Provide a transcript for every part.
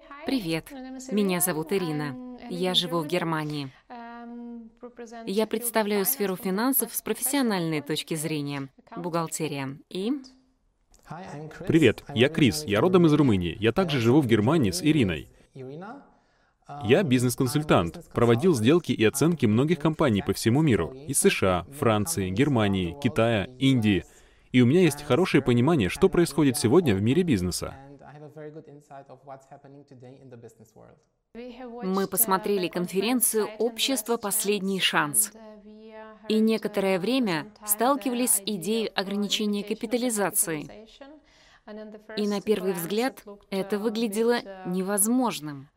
Привет, меня зовут Ирина. Я живу в Германии. Я представляю сферу финансов с профессиональной точки зрения, бухгалтерия. И Привет, я Крис, я родом из Румынии. Я также живу в Германии с Ириной. Я бизнес-консультант, проводил сделки и оценки многих компаний по всему миру. Из США, Франции, Германии, Китая, Индии. И у меня есть хорошее понимание, что происходит сегодня в мире бизнеса. мы посмотрели конференцию «Общество. Последний шанс». И некоторое время сталкивались с идеей ограничения капитализации. И на первый взгляд это выглядело невозможным.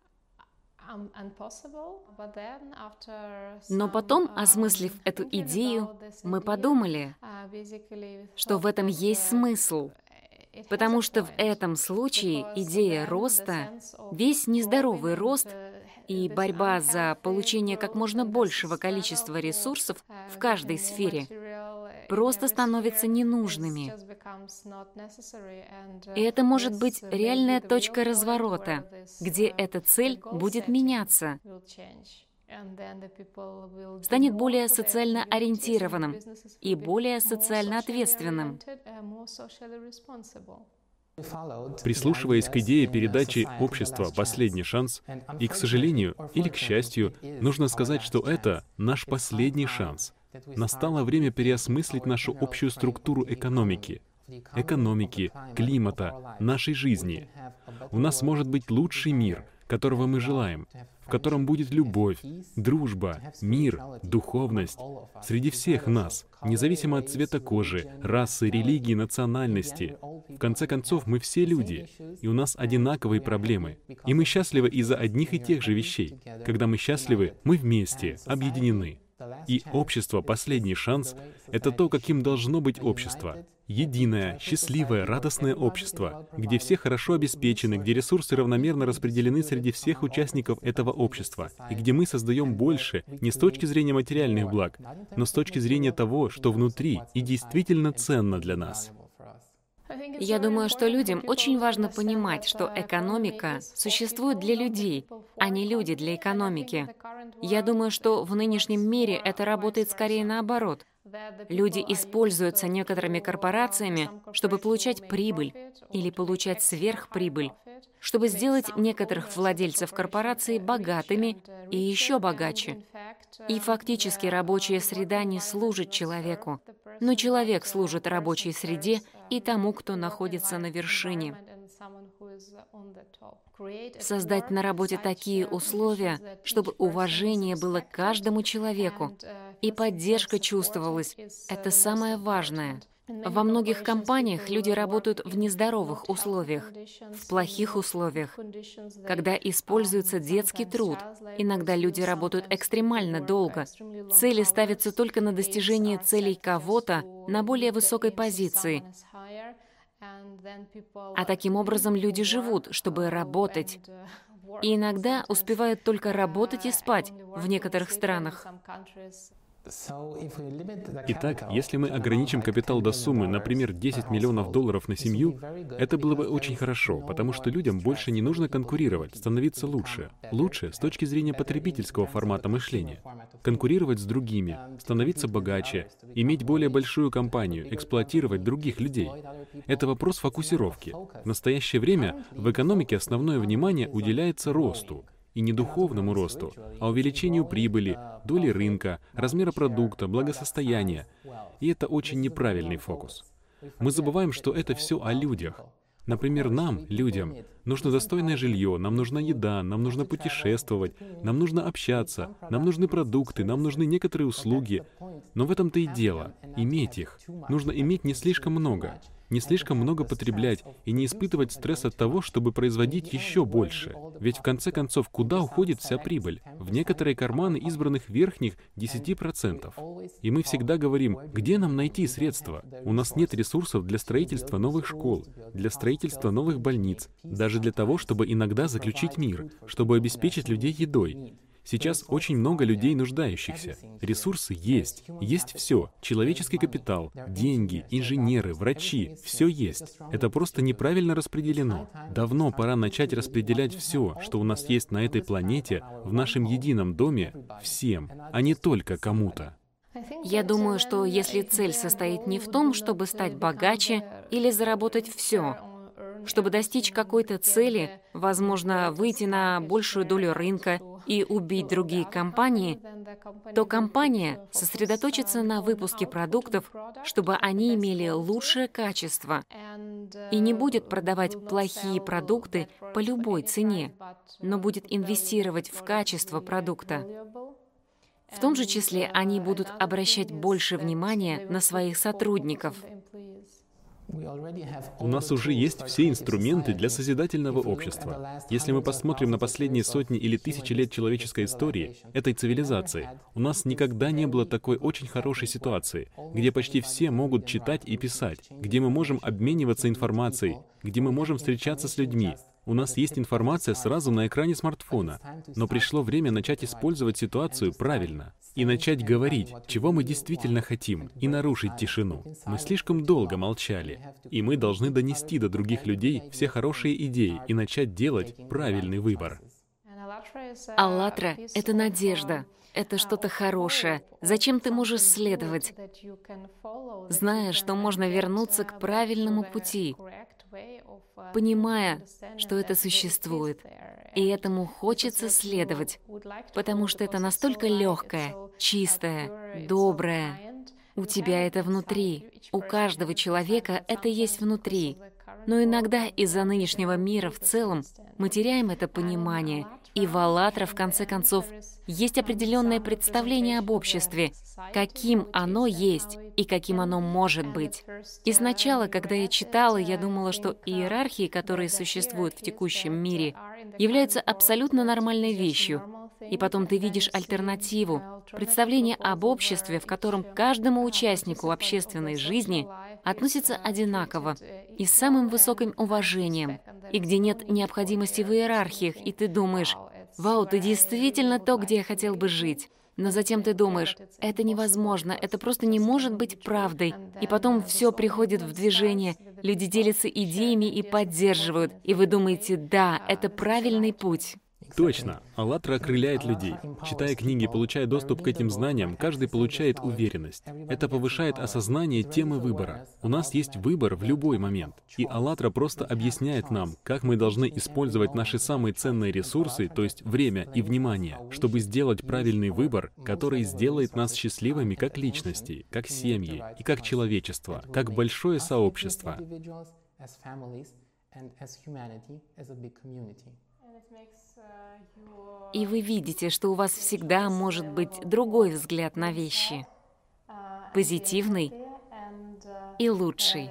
Но потом, осмыслив эту идею, мы подумали, что в этом есть смысл. Потому что в этом случае идея роста, весь нездоровый рост и борьба за получение как можно большего количества ресурсов в каждой сфере просто становятся ненужными. И это может быть реальная точка разворота, где эта цель будет меняться, станет более социально ориентированным и более социально ответственным. Прислушиваясь к идее передачи общества «Последний шанс», и, к сожалению или к счастью, нужно сказать, что это наш последний шанс. Настало время переосмыслить нашу общую структуру экономики, климата, нашей жизни. У нас может быть лучший мир, которого мы желаем, в котором будет любовь, дружба, мир, духовность среди всех нас, независимо от цвета кожи, расы, религии, национальности. В конце концов, мы все люди, и у нас одинаковые проблемы. И мы счастливы из-за одних и тех же вещей. Когда мы счастливы, мы вместе, объединены. И общество «Последний шанс» — это то, каким должно быть общество. Единое, счастливое, радостное общество, где все хорошо обеспечены, где ресурсы равномерно распределены среди всех участников этого общества, и где мы создаем больше не с точки зрения материальных благ, но с точки зрения того, что внутри и действительно ценно для нас. Я думаю, что людям очень важно понимать, что экономика существует для людей, а не люди для экономики. Я думаю, что в нынешнем мире это работает скорее наоборот. Люди используются некоторыми корпорациями, чтобы получать прибыль или получать сверхприбыль, чтобы сделать некоторых владельцев корпораций богатыми и еще богаче. И фактически рабочая среда не служит человеку, но человек служит рабочей среде и тому, кто находится на вершине. Создать на работе такие условия, чтобы уважение было к каждому человеку и поддержка чувствовалась, это самое важное. Во многих компаниях люди работают в нездоровых условиях, в плохих условиях, когда используется детский труд. Иногда люди работают экстремально долго. Цели ставятся только на достижение целей кого-то на более высокой позиции. А таким образом люди живут, чтобы работать. И иногда успевают только работать и спать в некоторых странах. Итак, если мы ограничим капитал до суммы, например, $10 миллионов на семью, это было бы очень хорошо, потому что людям больше не нужно конкурировать, становиться лучше. Лучше с точки зрения потребительского формата мышления. Конкурировать с другими, становиться богаче, иметь более большую компанию, эксплуатировать других людей. Это вопрос фокусировки. В настоящее время в экономике основное внимание уделяется росту. И не духовному росту, а увеличению прибыли, доли рынка, размера продукта, благосостояния. И это очень неправильный фокус. Мы забываем, что это все о людях. Например, нам, людям, нужно достойное жилье, нам нужна еда, нам нужно путешествовать, нам нужно общаться, нам нужны продукты, нам нужны некоторые услуги. Но в этом-то и дело. Иметь их. Нужно иметь не слишком много. Не слишком много потреблять и не испытывать стресс от того, чтобы производить еще больше. Ведь в конце концов, куда уходит вся прибыль? В некоторые карманы избранных верхних 10%. И мы всегда говорим, где нам найти средства? У нас нет ресурсов для строительства новых школ, для строительства новых больниц, даже для того, чтобы иногда заключить мир, чтобы обеспечить людей едой. Сейчас очень много людей нуждающихся. Ресурсы есть. Есть все. Человеческий капитал, деньги, инженеры, врачи. Все есть. Это просто неправильно распределено. Давно пора начать распределять все, что у нас есть на этой планете, в нашем едином доме, всем, а не только кому-то. Я думаю, что если цель состоит не в том, чтобы стать богаче или заработать все, чтобы достичь какой-то цели, возможно, выйти на большую долю рынка и убить другие компании, то компания сосредоточится на выпуске продуктов, чтобы они имели лучшее качество, и не будет продавать плохие продукты по любой цене, но будет инвестировать в качество продукта. В том же числе они будут обращать больше внимания на своих сотрудников. У нас уже есть все инструменты для созидательного общества. Если мы посмотрим на последние сотни или тысячи лет человеческой истории, этой цивилизации, у нас никогда не было такой очень хорошей ситуации, где почти все могут читать и писать, где мы можем обмениваться информацией, где мы можем встречаться с людьми. У нас есть информация сразу на экране смартфона, но пришло время начать использовать ситуацию правильно и начать говорить, чего мы действительно хотим, и нарушить тишину. Мы слишком долго молчали, и мы должны донести до других людей все хорошие идеи и начать делать правильный выбор. АЛЛАТРА — это надежда, это что-то хорошее, зачем ты можешь следовать, зная, что можно вернуться к правильному пути, понимая, что это существует, и этому хочется следовать, потому что это настолько легкое, чистое, доброе. У тебя это внутри, у каждого человека это есть внутри. Но иногда из-за нынешнего мира в целом мы теряем это понимание, и в АЛЛАТРА, в конце концов, есть определенное представление об обществе, каким оно есть и каким оно может быть. И сначала, когда я читала, я думала, что иерархии, которые существуют в текущем мире, являются абсолютно нормальной вещью. И потом ты видишь альтернативу, представление об обществе, в котором к каждому участнику общественной жизни относятся одинаково и с самым высоким уважением, и где нет необходимости в иерархиях, и ты думаешь: «Вау, ты действительно то, где я хотел бы жить». Но затем ты думаешь: это невозможно, это просто не может быть правдой. И потом все приходит в движение, люди делятся идеями и поддерживают, и вы думаете: да, это правильный путь. Точно. АЛЛАТРА окрыляет людей. Читая книги, получая доступ к этим знаниям, каждый получает уверенность. Это повышает осознание темы выбора. У нас есть выбор в любой момент. И АЛЛАТРА просто объясняет нам, как мы должны использовать наши самые ценные ресурсы, то есть время и внимание, чтобы сделать правильный выбор, который сделает нас счастливыми как личности, как семьи и как человечество, как большое сообщество. И вы видите, что у вас всегда может быть другой взгляд на вещи, позитивный и лучший.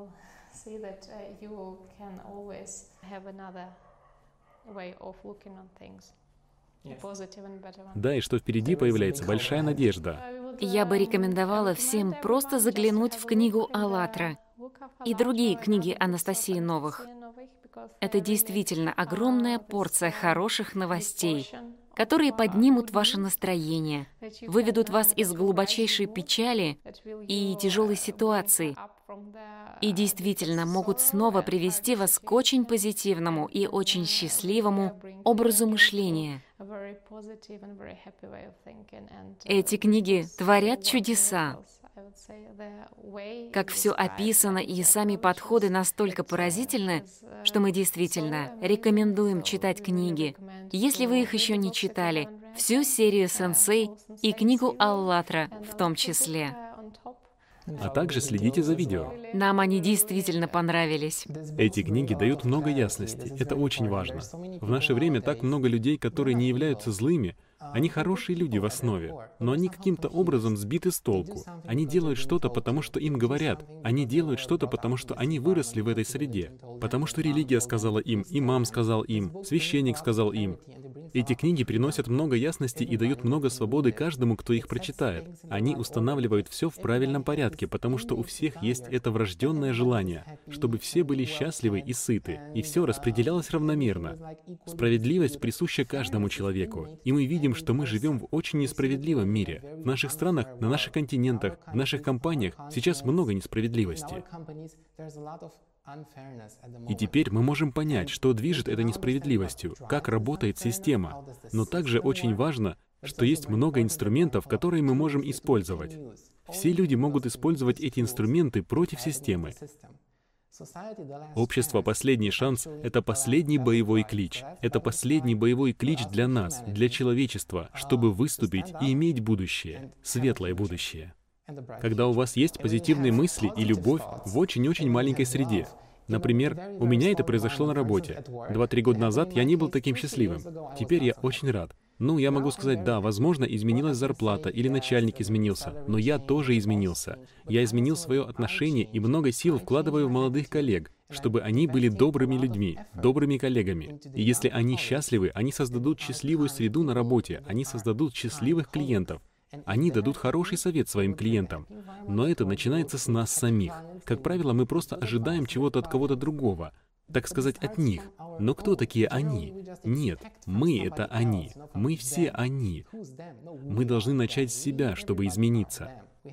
Да, и что впереди появляется большая надежда. Я бы рекомендовала всем просто заглянуть в книгу АЛЛАТРА и другие книги Анастасии Новых. Это действительно огромная порция хороших новостей, которые поднимут ваше настроение, выведут вас из глубочайшей печали и тяжелой ситуации, и действительно могут снова привести вас к очень позитивному и очень счастливому образу мышления. Эти книги творят чудеса. Как все описано, и сами подходы настолько поразительны, что мы действительно рекомендуем читать книги. Если вы их еще не читали, всю серию «Сенсей» и книгу «АЛЛАТРА» в том числе. А также следите за видео. Нам они действительно понравились. Эти книги дают много ясности. Это очень важно. В наше время так много людей, которые не являются злыми. Они хорошие люди в основе, но они каким-то образом сбиты с толку. Они делают что-то, потому что им говорят. Они делают что-то, потому что они выросли в этой среде. Потому что религия сказала им, имам сказал им, священник сказал им. Эти книги приносят много ясности и дают много свободы каждому, кто их прочитает. Они устанавливают все в правильном порядке, потому что у всех есть это врожденное желание, чтобы все были счастливы и сыты, и все распределялось равномерно. Справедливость присуща каждому человеку, и мы видим, что мы живем в очень несправедливом мире. В наших странах, на наших континентах, в наших компаниях сейчас много несправедливости. И теперь мы можем понять, что движет этой несправедливостью, как работает система. Но также очень важно, что есть много инструментов, которые мы можем использовать. Все люди могут использовать эти инструменты против системы. Общество «Последний шанс» — это последний боевой клич. Это последний боевой клич для нас, для человечества, чтобы выступить и иметь будущее, светлое будущее. Когда у вас есть позитивные мысли и любовь в очень-очень маленькой среде. Например, у меня это произошло на работе. 2-3 года назад я не был таким счастливым. Теперь я очень рад. Ну, я могу сказать, да, возможно, изменилась зарплата или начальник изменился, но я тоже изменился. Я изменил свое отношение и много сил вкладываю в молодых коллег, чтобы они были добрыми людьми, добрыми коллегами. И если они счастливы, они создадут счастливую среду на работе, они создадут счастливых клиентов. Они дадут хороший совет своим клиентам. Но это начинается с нас самих. Как правило, мы просто ожидаем чего-то от кого-то другого, так сказать, от них. Но кто такие они? Нет, мы — это они. Мы все они. Мы должны начать с себя, чтобы измениться.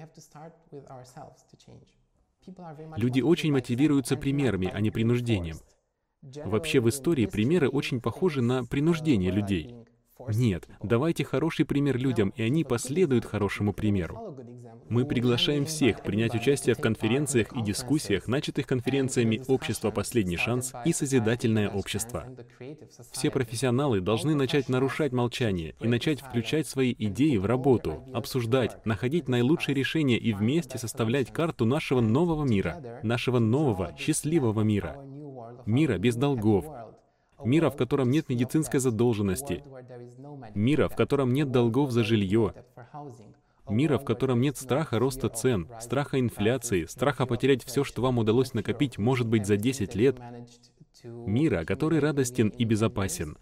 Люди очень мотивируются примерами, а не принуждением. Вообще в истории примеры очень похожи на принуждение людей. Нет, давайте хороший пример людям, и они последуют хорошему примеру. Мы приглашаем всех принять участие в конференциях и дискуссиях, начатых конференциями «Общество «Последний шанс» и «Созидательное общество». Все профессионалы должны начать нарушать молчание и начать включать свои идеи в работу, обсуждать, находить наилучшие решения и вместе составлять карту нашего нового мира, нашего нового, счастливого мира. Мира без долгов. Мира, в котором нет медицинской задолженности. Мира, в котором нет долгов за жилье. Мира, в котором нет страха роста цен, страха инфляции, страха потерять все, что вам удалось накопить, может быть, за 10 лет. Мира, который радостен и безопасен.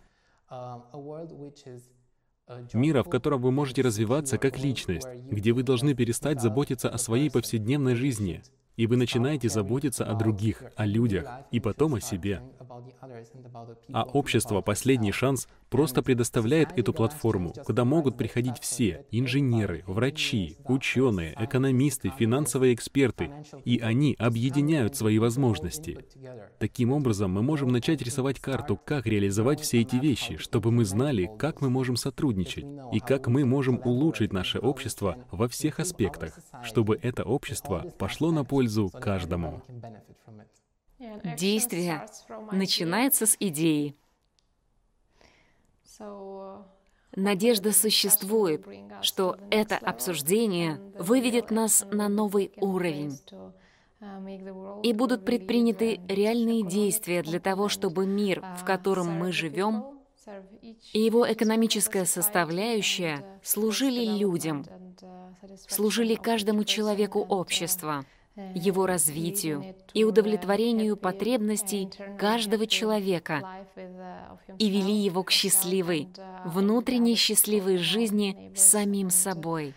Мира, в котором вы можете развиваться как личность, где вы должны перестать заботиться о своей повседневной жизни, и вы начинаете заботиться о других, о людях, и потом о себе. А общество «Последний шанс» просто предоставляет эту платформу, куда могут приходить все — инженеры, врачи, ученые, экономисты, финансовые эксперты, и они объединяют свои возможности. Таким образом, мы можем начать рисовать карту, как реализовать все эти вещи, чтобы мы знали, как мы можем сотрудничать, и как мы можем улучшить наше общество во всех аспектах, чтобы это общество пошло на пользу каждому. Действие начинается с идеи. Надежда существует, что это обсуждение выведет нас на новый уровень, и будут предприняты реальные действия для того, чтобы мир, в котором мы живем, и его экономическая составляющая служили людям, служили каждому человеку общества, его развитию и удовлетворению потребностей каждого человека и вели его к счастливой, внутренней счастливой жизни с самим собой,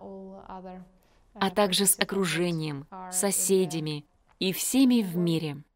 а также с окружением, соседями и всеми в мире.